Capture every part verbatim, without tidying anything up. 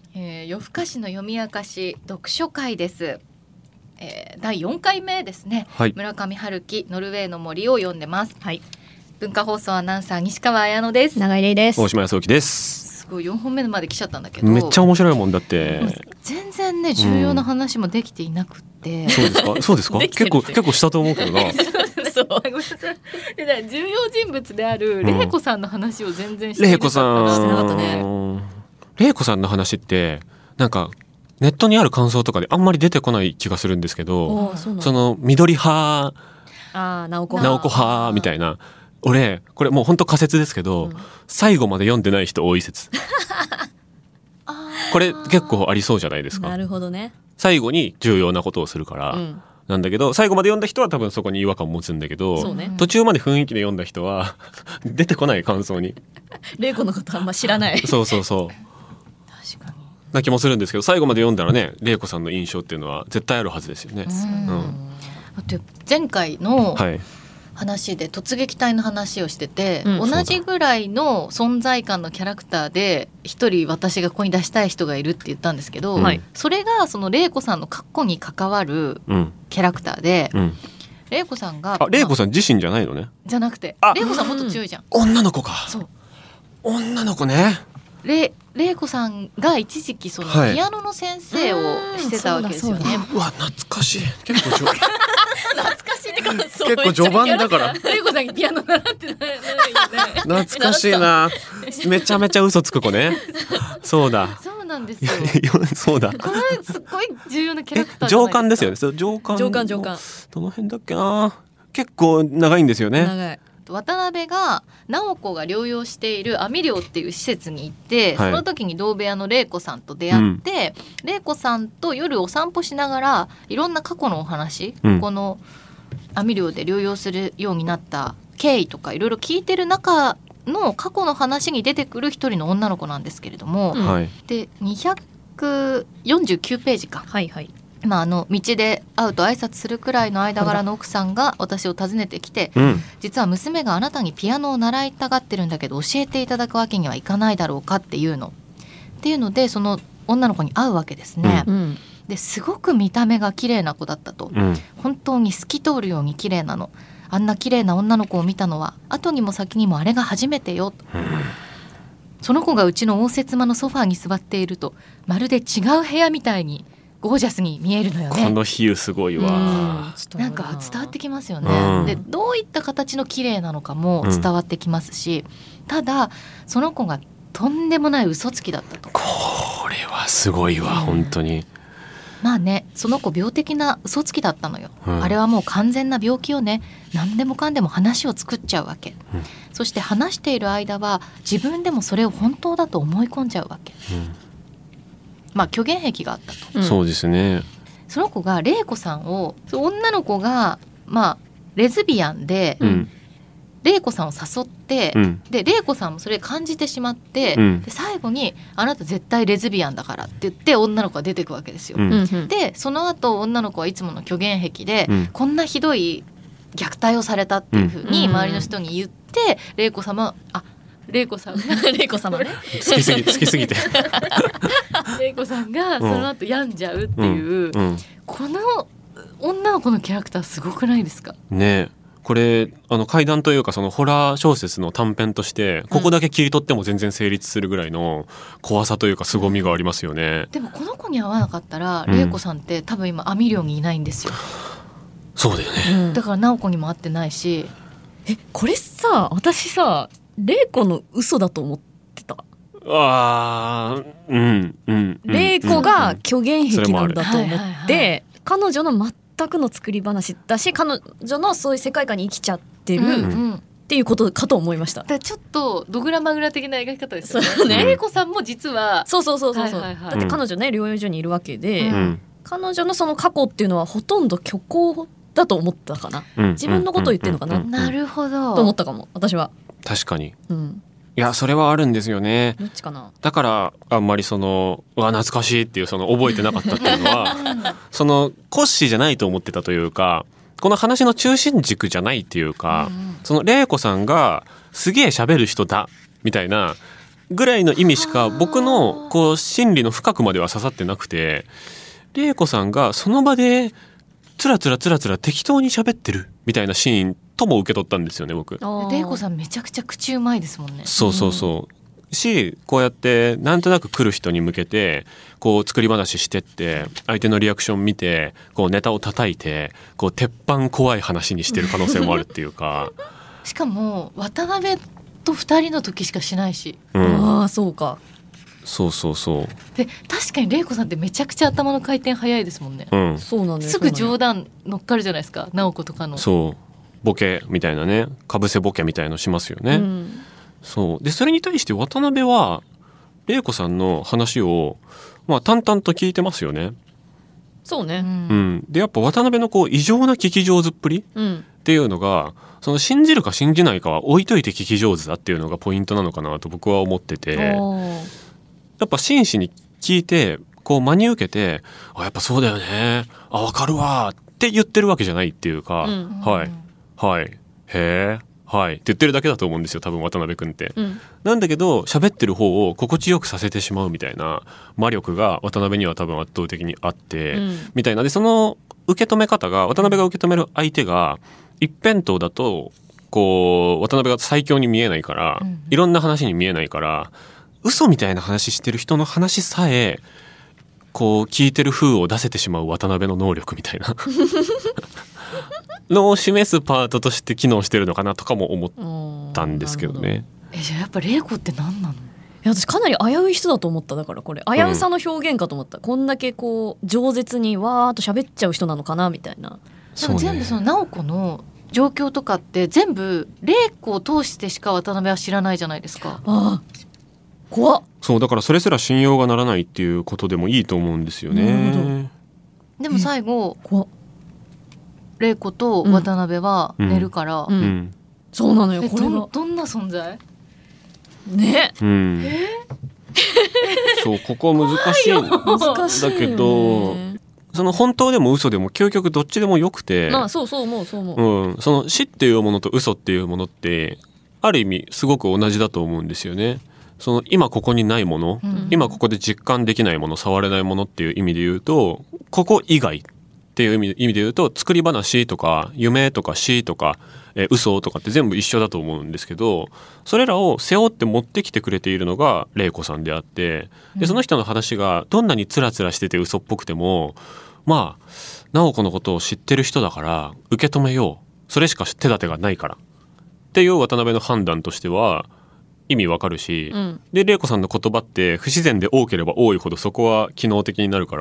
えー、夜更かしの読み明かし読書会です、えー、だいよんかいめですね、 はい、 村上春樹ノルウェーの森を読んでます、 はい、 文化放送アナウンサー西川彩乃です。 永井玲です。 大島康之です。 すごいよんほんめまで来ちゃったんだけど、 めっちゃ面白いもんだって全然ね重要な話もできていなくって、うん、 そうですかそうですか結構結構したと思うけどなそうごめんなさい重要人物である玲子さんの話を全然してなかった、 玲子さん玲子さんの話ってなんかネットにある感想とかであんまり出てこない気がするんですけど、その緑派あ直子派みたいな、俺これもう本当仮説ですけど、うん、最後まで読んでない人多い説これ結構ありそうじゃないですか。 なるほどね。 最後に重要なことをするから、うん、なんだけど最後まで読んだ人は多分そこに違和感を持つんだけど、ね、途中まで雰囲気で読んだ人は出てこない感想に玲子のことあんま知らないそうそうそう確かにな気もするんですけど、最後まで読んだらね玲子さんの印象っていうのは絶対あるはずですよね。うん、うん、 あと前回の、はい話で突撃隊の話をしてて、うん、同じぐらいの存在感のキャラクターで一人私がここに出したい人がいるって言ったんですけど、うん、それがその玲子さんの過去に関わるキャラクターで、うん、玲子さんがあ玲子さん自身じゃないのね。 じゃなくて玲子さんもっと強いじゃん。 女の子か。 そう女の子ね。 れ玲子さんが一時期そのピアノの先生をしてたわけですよね。 うわ懐かしい。結構懐かしいってか結構序盤だから玲子さんにピアノ習ってないよね。 懐かしいな。めちゃめちゃ嘘つく子ね。そうだそうなんですよそうだこれすごい重要なキャラクターじゃないですか。 上官ですよね。上官上官上官どの辺だっけな。結構長いんですよね。 長い。 渡辺が直子が療養している阿弥寮っていう施設に行って、はい、その時に同部屋の玲子さんと出会って、うん、玲子さんと夜お散歩しながらいろんな過去のお話、うん、この阿弥寮で療養するようになった経緯とかいろいろ聞いてる中の過去の話に出てくる一人の女の子なんですけれども、はい、でにひゃくよんじゅうきゅうページか、はいはい、まあ、あの道で会うと挨拶するくらいの間柄の奥さんが私を訪ねてきて、うん、実は娘があなたにピアノを習いたがってるんだけど教えていただくわけにはいかないだろうかっていうのっていうのでその女の子に会うわけですね、うん、ですごく見た目が綺麗な子だったと、うん、本当に透き通るように綺麗なの。あんな綺麗な女の子を見たのは後にも先にもあれが初めてよ、うん、その子がうちの応接間のソファーに座っているとまるで違う部屋みたいにゴージャスに見えるのよね。 この比喩すごいわ。 なんか伝わってきますよね、うん、でどういった形の綺麗なのかも伝わってきますし、うん、ただその子がとんでもない嘘つきだったと。 これはすごいわ、うん、本当に。 まあねその子病的な嘘つきだったのよ、うん、あれはもう完全な病気をね何でもかんでも話を作っちゃうわけ、うん、そして話している間は自分でもそれを本当だと思い込んじゃうわけ、うん、まあ虚言癖があったと、 うん、そうですね。 その子が玲子さんを女の子がまあレズビアンで、うん、玲子さんを誘って、うん、で玲子さんもそれ感じてしまって、うん、で最後にあなた絶対レズビアンだからって言って女の子が出てくわけですよ、うん、でその後女の子はいつもの虚言癖で、うん、こんなひどい虐待をされたっていうふうに周りの人に言って、玲子様あ玲子さんが玲子様ね好きすぎ好きすぎて玲子さんがその後病んじゃうっていう、うんうん、この女の子のキャラクターすごくないですかね。 これあの怪談というかそのホラー小説の短編としてここだけ切り取っても全然成立するぐらいの怖さというか凄みがありますよね、うん、 でもこの子に会わなかったら玲子さんって多分今阿弥寮にいないんですよ。 そうだよね、 うん、だから直子にも会ってないし。 えこれさ私さ玲子の嘘だと思ってた。 あーうんうん玲子が虚言癖なんだと思って、彼女の全くの作り話だし彼女のそういう世界観に生きちゃってる、うんうんっていうことかと思いました。 だちょっとドグラマグラ的な描き方ですよね。玲子さんも実はそうそうそうそうそう、はいはいはい、だって彼女ね療養所にいるわけで、うん、彼女のその過去っていうのはほとんど虚構だと思ったかな、うん、自分のことを言ってるのかな、うん、 なるほどと思ったかも私は。 確かに、うん、いやそれはあるんですよね。 どっちかな。 だからあんまりそのうわ懐かしいっていうその覚えてなかったっていうのはそのコッシーじゃないと思ってたというかこの話の中心軸じゃないっていうか、うん、その玲子さんがすげえ喋る人だみたいなぐらいの意味しか僕のこう心理の深くまでは刺さってなくて、玲子さんがその場でつらつらつらつら適当に喋ってるみたいなシーンとも受け取ったんですよね僕。 玲子さんめちゃくちゃ口うまいですもんね。 そうそうそう、しこうやってなんとなく来る人に向けてこう作り話してって相手のリアクション見てこうネタを叩いてこう鉄板怖い話にしてる可能性もあるっていうかしかも渡辺とふたりの時しかしないし、 うん、ああそうか、 そうそうそう。 で確かに玲子さんってめちゃくちゃ頭の回転早いですもんね、 うん、 そうなんです。 すぐ冗談乗っかるじゃないですか、直子とかの。 そうボケみたいなね、かぶせボケみたいのしますよね、うん、そうでそれに対して渡辺は玲子さんの話を、まあ、淡々と聞いてますよね。 そうね、うんうん、でやっぱ渡辺のこう異常な聞き上手っぷりっていうのが、その信じるか信じないかは置いといて聞き上手だっていうのがポイントなのかなと僕は思ってて、やっぱ真摯に聞いてこう真に受けて、あやっぱそうだよね、あ分かるわって言ってるわけじゃないっていうか、うん、はいはいへえはいって言ってるだけだと思うんですよ多分渡辺君って、うん、なんだけど喋ってる方を心地よくさせてしまうみたいな魔力が渡辺には多分圧倒的にあって、うん、みたいな。でその受け止め方が渡辺が受け止める相手が一辺倒だとこう渡辺が最強に見えないから、うん、いろんな話に見えないから嘘みたいな話してる人の話さえこう聞いてる風を出せてしまう渡辺の能力みたいなのを示すパートとして機能してるのかなとかも思ったんですけどね。 えじゃあやっぱ玲子って何なの？いや私かなり危うい人だと思った。だからこれ危うさの表現かと思った、うん、こんだけこう饒舌にわーっと喋っちゃう人なのかなみたいな。 でも全部その直子の状況とかって全部玲子を通してしか渡辺は知らないじゃないですか。 ああ怖っ。 そうだからそれすら信用がならないっていうことでもいいと思うんですよね。 でも最後玲子と渡辺は寝るから、うんうんうん、 そうなのよ。これど, どんな存在ね、 うん、えそうここ難しいんだけど、その本当でも嘘でも究極どっちでもよくて、 まあそうそう思うそう思う、うん、その死っていうものと嘘っていうものってある意味すごく同じだと思うんですよね。その今ここにないもの、うん、今ここで実感できないもの、触れないものっていう意味で言うと、ここ以外っていう意味で、意味で言うと作り話とか夢とか死とか、えー、嘘とかって全部一緒だと思うんですけど、それらを背負って持ってきてくれているのが玲子さんであって、でその人の話がどんなにつらつらしてて嘘っぽくても、まあ直子のことを知ってる人だから受け止めよう、それしか手立てがないからっていう渡辺の判断としては意味わかるし、うん、で玲子さんの言葉って不自然で多ければ多いほどそこは機能的になるから、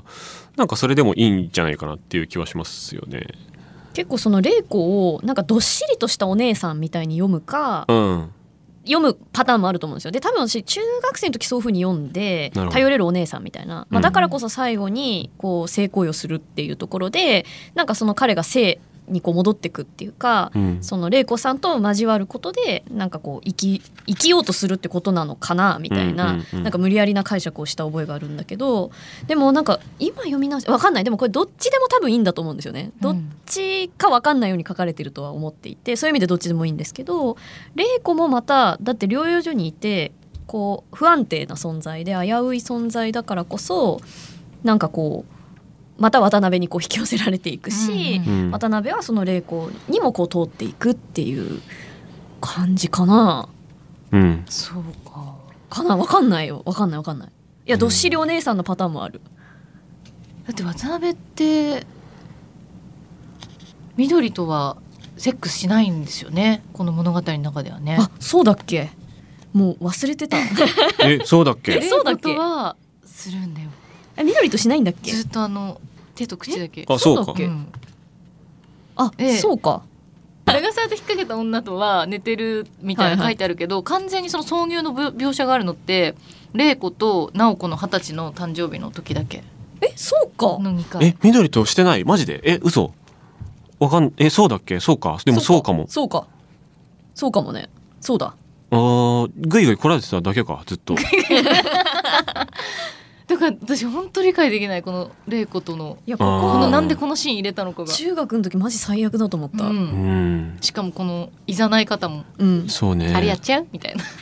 なんかそれでもいいんじゃないかなっていう気はしますよね。 結構その玲子をなんかどっしりとしたお姉さんみたいに読むか、 うん、 読むパターンもあると思うんですよ。で多分私中学生の時そういう風に読んで頼れるお姉さんみたいな、まあ、だからこそ最後にこう性行為をするっていうところで、なんかその彼が性にこう戻ってくっていうか、うん、その玲子さんと交わることでなんかこう生き、生きようとするってことなのかなみたいな、うんうんうん、なんか無理やりな解釈をした覚えがあるんだけど、でもなんか今読み直し分かんない。でもこれどっちでも多分いいんだと思うんですよね。どっちか分かんないように書かれてるとは思っていて、そういう意味でどっちでもいいんですけど、玲子もまただって療養所にいてこう不安定な存在で危うい存在だからこそ、なんかこうまた渡辺にこう引き寄せられていくし、うんうん、渡辺はその玲子にもこう通っていくっていう感じかな。 うん、 そうかかな。分かんないよ。分かんない分かんない。いやどっしりお姉さんのパターンもある。 だって渡辺って緑とはセックスしないんですよね、この物語の中ではね。 あそうだっけ、もう忘れてたえそうだっけそうだっけはするんだよ。 え緑としないんだっけ。 ずっとあの手と口だけ。 あそうか、 うん、あ、ええ、そうか。 流されて引っ掛けた女とは寝てるみたいな書いてあるけど、はいはい、完全にその挿入の描写があるのって玲子と直子の二十歳の誕生日の時だけ。 えそうかのにかい。 え緑としてないマジで。え嘘わかんえそうだっけ。そうかでもそうかも。 そうかそうかもね。そうだ。 あーぐいぐい来られてただけかずっとだから私本当理解できない、この玲子とのいやこここのなんでこのシーン入れたのかが。 中学の時マジ最悪だと思った、うんうん、しかもこのいざない方も、 うん、 そうね、 あれやっちゃうみたいな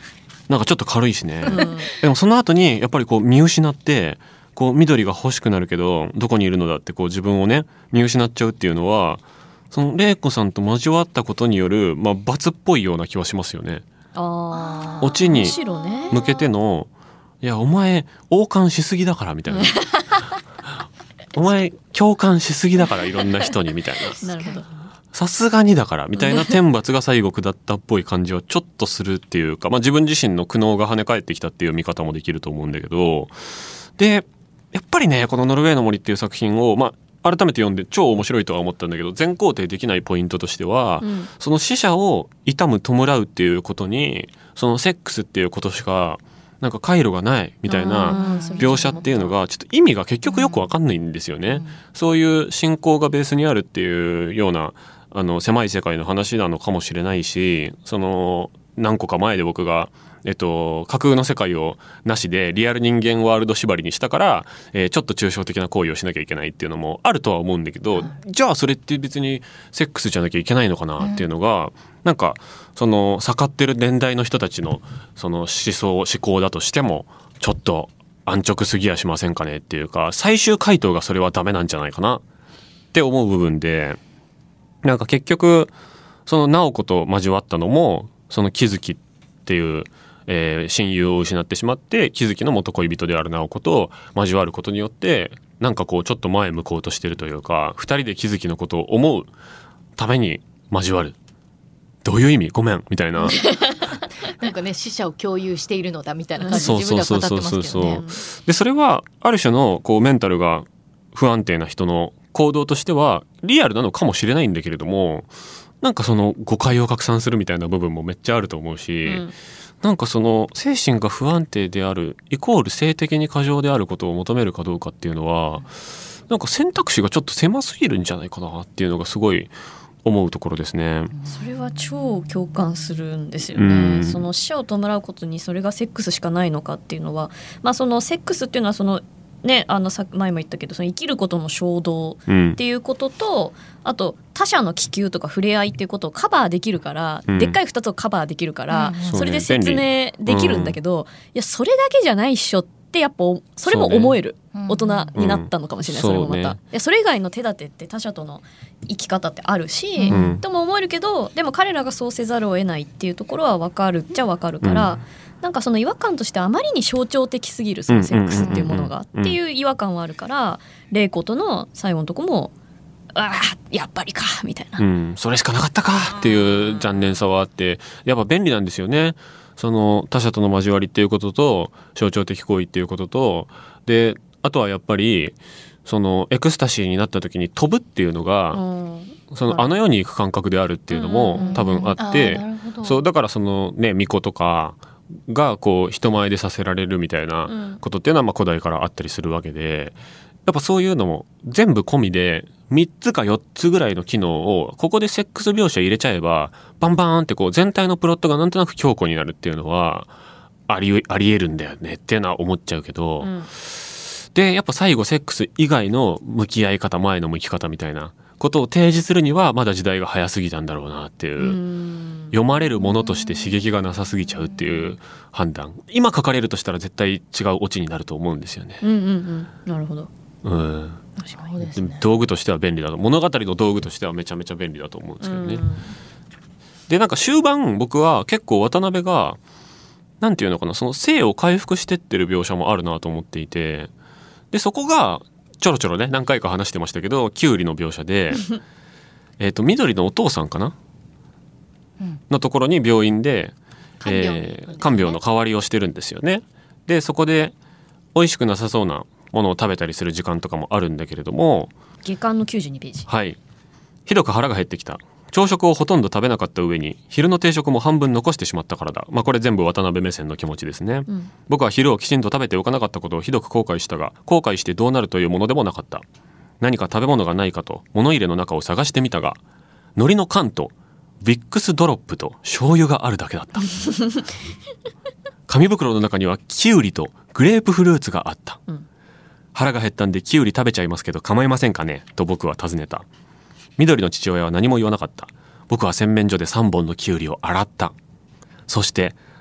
なんかちょっと軽いしね、うん、でもその後にやっぱりこう見失ってこう緑が欲しくなるけどどこにいるのだってこう自分をね見失っちゃうっていうのはその玲子さんと交わったことによる、まあ、罰っぽいような気はしますよね。 あオチに向けての、いやお前王冠しすぎだからみたいなお前共感しすぎだからいろんな人にみたいななるほどさすがにだからみたいな天罰が最後下ったっぽい感じはちょっとするっていうか、まあ、自分自身の苦悩が跳ね返ってきたっていう見方もできると思うんだけど、でやっぱりねこのノルウェーの森っていう作品を、まあ、改めて読んで超面白いとは思ったんだけど全肯定できないポイントとしては、うん、その死者を悼む弔うっていうことにそのセックスっていうことしかなんか回路がないみたいな描写っていうのがちょっと意味が結局よく分かんないんですよね、うん、そういう信仰がベースにあるっていうようなあの狭い世界の話なのかもしれないし、その何個か前で僕がえっと、架空の世界をなしでリアル人間ワールド縛りにしたから、えー、ちょっと抽象的な行為をしなきゃいけないっていうのもあるとは思うんだけど、うん、じゃあそれって別にセックスじゃなきゃいけないのかなっていうのが、うん、なんかその盛ってる年代の人たちのその思想思考だとしてもちょっと安直すぎやしませんかねっていうか、最終回答がそれはダメなんじゃないかなって思う部分で、なんか結局その直子と交わったのもその木月っていうえー、親友を失ってしまって木月の元恋人である直子と交わることによってなんかこうちょっと前向こうとしてるというか、二人で木月のことを思うために交わる、どういう意味ごめんみたいななんかね死者を共有しているのだみたいな感じで自分では語ってますけどね。 でそれはある種のこうメンタルが不安定な人の行動としてはリアルなのかもしれないんだけれども、なんかその誤解を拡散するみたいな部分もめっちゃあると思うし、うんなんかその精神が不安定であるイコール性的に過剰であることを求めるかどうかっていうのはなんか選択肢がちょっと狭すぎるんじゃないかなっていうのがすごい思うところですね。 それは超共感するんですよね、うん、その死者を弔うことにそれがセックスしかないのかっていうのは、まあ、そのセックスっていうのはそのね、あの前も言ったけどその生きることの衝動っていうことと、うん、あと他者の気球とか触れ合いっていうことをカバーできるから、うん、でっかいふたつをカバーできるから、うん、それで説明できるんだけど、うん、いやそれだけじゃないっしょってやっぱそれも思える、ね、大人になったのかもしれない、うん、それもまた、ね、いやそれ以外の手立てって他者との生き方ってあるし、うん、とも思えるけどでも彼らがそうせざるを得ないっていうところは分かるっちゃ分かるから、うんなんかその違和感としてあまりに象徴的すぎるそのセックスっていうものがっていう違和感はあるから玲子との最後のとこもあやっぱりかみたいな、 うん、それしかなかったかっていう残念さはあってやっぱ便利なんですよね。その他者との交わりっていうことと象徴的行為っていうこととであとはやっぱりそのエクスタシーになった時に飛ぶっていうのが、うん、そのあの世に行く感覚であるっていうのも多分あって、そうだからそのね巫女とかがこう人前でさせられるみたいなことっていうのはまあ古代からあったりするわけで、やっぱそういうのも全部込みでみっつかよっつぐらいの機能をここでセックス描写入れちゃえばバンバーンってこう全体のプロットがなんとなく強固になるっていうのはあり、ありえるんだよねっていうのは思っちゃうけど、うん、でやっぱ最後セックス以外の向き合い方前の向き方みたいなことを提示するにはまだ時代が早すぎたんだろうなっていう、う読まれるものとして刺激がなさすぎちゃうっていう判断、今書かれるとしたら絶対違うオチになると思うんですよね。 うんうんうん、なるほど、 うん、確かにですね、道具としては便利だと物語の道具としてはめちゃめちゃ便利だと思うんですけどね。でなんか終盤僕は結構渡辺がなんていうのかなその性を回復してってる描写もあるなと思っていて、でそこがちょろちょろね何回か話してましたけどキュウリの描写でえと緑のお父さんかな、うん、のところに病院で看病、えー、看病の代わりをしてるんですよね。でそこで美味しくなさそうなものを食べたりする時間とかもあるんだけれども、 下巻のきゅうじゅうにページ、 はい、ひどく腹が減ってきた、朝食をほとんど食べなかった上に昼の定食も半分残してしまったからだ。まあこれ全部渡辺目線の気持ちですね、うん、僕は昼をきちんと食べておかなかったことをひどく後悔したが、後悔してどうなるというものでもなかった。何か食べ物がないかと物入れの中を探してみたが、海苔の缶とビックスドロップと醤油があるだけだった紙袋の中にはキュウリとグレープフルーツがあった、うん、腹が減ったんでキュウリ食べちゃいますけど構いませんかねと僕は尋ねた。緑の父親は何も言わなかった。僕は洗面所でさんぼんのキュウリを洗った。そして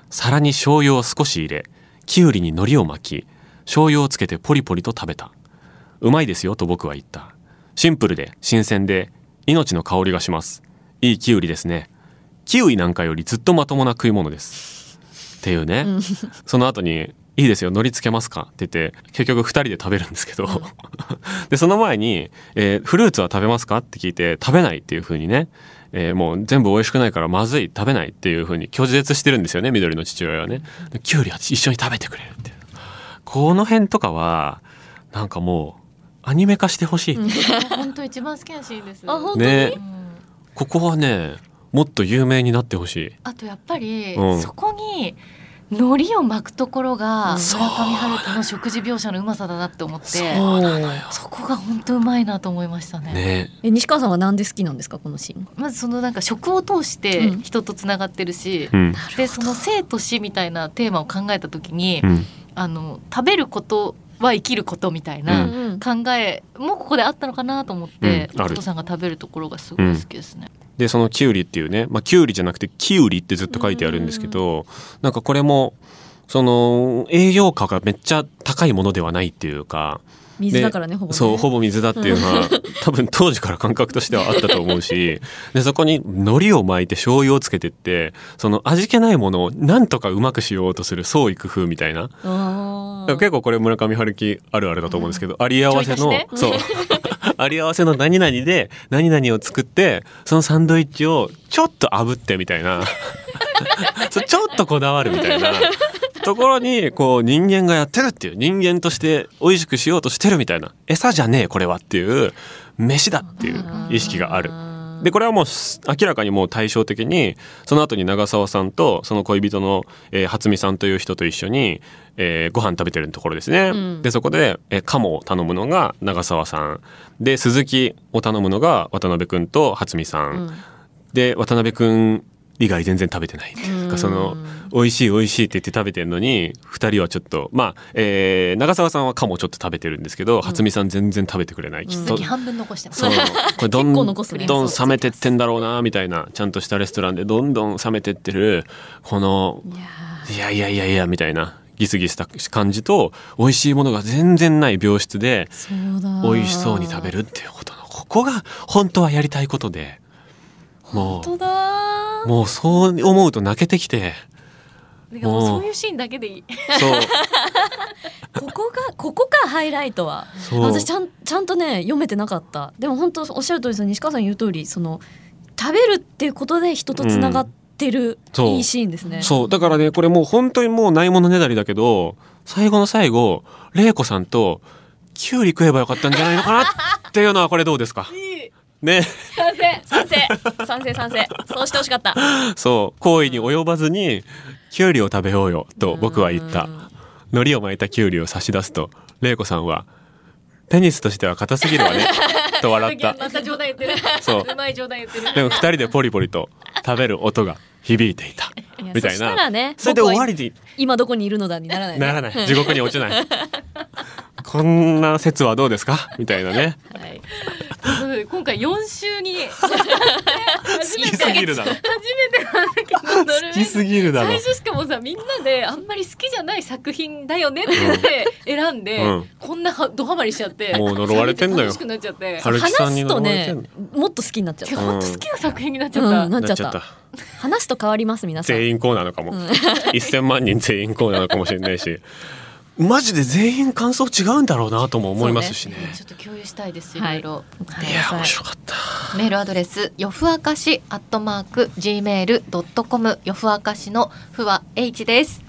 皿に醤油を少し入れ、きゅうりに海苔を巻き、醤油をつけてポリポリと食べた。うまいですよと僕は言った。シンプルで新鮮で命の香りがします。いいきゅうりですね。キウイなんかよりずっとまともな食い物ですっていうね、うん、その後にいいですよ海苔つけますかって言って結局ふたりで食べるんですけど、うん、でその前に、えー、フルーツは食べますかって聞いて食べないっていう風にね、えー、もう全部美味しくないからまずい食べないっていう風に拒絶してるんですよね、緑の父親はね。キュウリは一緒に食べてくれるっていう、この辺とかはなんかもうアニメ化してほしい、うん、 本当一番好きなシーンです。 あ本当に、 ね、うん、ここはねもっと有名になってほしい。 あとやっぱり、うん、そこに海苔を巻くところが村上春樹の食事描写のうまさだなって思って、そ, そこが本当うまいなと思いましたね。 ねえ西川さんはなんで好きなんですかこのシーン。 まずそのなんか食を通して人とつながってるし、うん、でその生と死みたいなテーマを考えた時に、うん、あの食べることは生きることみたいな考えもここであったのかなと思って、うん、お父さんが食べるところがすごい好きですね。 うんでそのキュウリっていうね、まあ、キュウリじゃなくてキウリってずっと書いてあるんですけど、なんかこれもその栄養価がめっちゃ高いものではないっていうか、 水だからねほぼね、 そうほぼ水だっていうのは多分当時から感覚としてはあったと思うしでそこに海苔を巻いて醤油をつけてってその味気ないものをなんとかうまくしようとする創意工夫みたいな、結構これ村上春樹あるあるだと思うんですけど、あり合わせのそうあり合わせの何々で何々を作ってそのサンドイッチをちょっと炙ってみたいなちょっとこだわるみたいなところにこう人間がやってるっていう、人間として美味しくしようとしてるみたいな、餌じゃねえこれはっていう飯だっていう意識がある。でこれはもう明らかにもう対照的にその後に長澤さんとその恋人の、えー、初美さんという人と一緒に、えー、ご飯食べてるところですね、うん、でそこで、えー、鴨を頼むのが長澤さんで、鈴木を頼むのが渡辺くんと初美さん、うん、で渡辺くん以外全然食べてないっていうか、その美味しい美味しいって言って食べてるのにふたりはちょっとまあ、えー、長澤さんは鴨ちょっと食べてるんですけど、うん、初美さん全然食べてくれない、 うん、続き半分残してます。 そうこれどんどん冷めてってんだろうなみたいな、ちゃんとしたレストランでどんどん冷めてってるこのいやいやいやいやみたいなギスギスした感じと美味しいものが全然ない病室で美味しそうに食べるっていうことの、ここが本当はやりたいことで、もう本当だもうそう思うと泣けてきて、 もうそういうシーンだけでいい。 そうここがここかハイライトは。私ちゃんちゃんとね読めてなかった。でも本当おっしゃる通りです。西川さん言う通り、その食べるっていうことで人とつながってる、うん、いいシーンですね。 そうだからね、これもう本当にもうないものねだりだけど、最後の最後玲子さんとキュウリ食えばよかったんじゃないのかなっていうのはこれどうですか。 いいね、 賛成賛成賛成賛成そうしてほしかった。 そう行為に及ばずにキュウリを食べようよと僕は言った。海苔を巻いたキュウリを差し出すと玲子さんはペニスとしては硬すぎるわねと笑った。 また冗談言ってる。そううまい冗談言ってる。 でもふたりでポリポリと食べる音が響いていたみたいな。そしたらね、 それで終わりで今どこにいるのだにならない、ね、 ならない、地獄に落ちないこんな説はどうですかみたいなね、はい、 ということで今回よん週に好きすぎるだろ。 初めてなんだけど好きすぎるだろ。 最初しかもさ、みんなであんまり好きじゃない作品だよねって言って選んで、うん、こんなドハマりしちゃって、 もう呪われてんのよ。 楽しくなっちゃって、 話すとねもっと好きになっちゃった。 本当好きな作品になっちゃった、 うん、なっちゃった話すと変わります皆さん。 全員こうなのかも、うん、せんまんにん全員こうなのかもしれないしマジで全員感想違うんだろうなとも思いますし ね, ねちょっと共有したいです。いろいろ、 はい、いや面白かった。 メールアドレスよふあかしアットマーク ジーメールドットコム、 よふあかしのふは H です。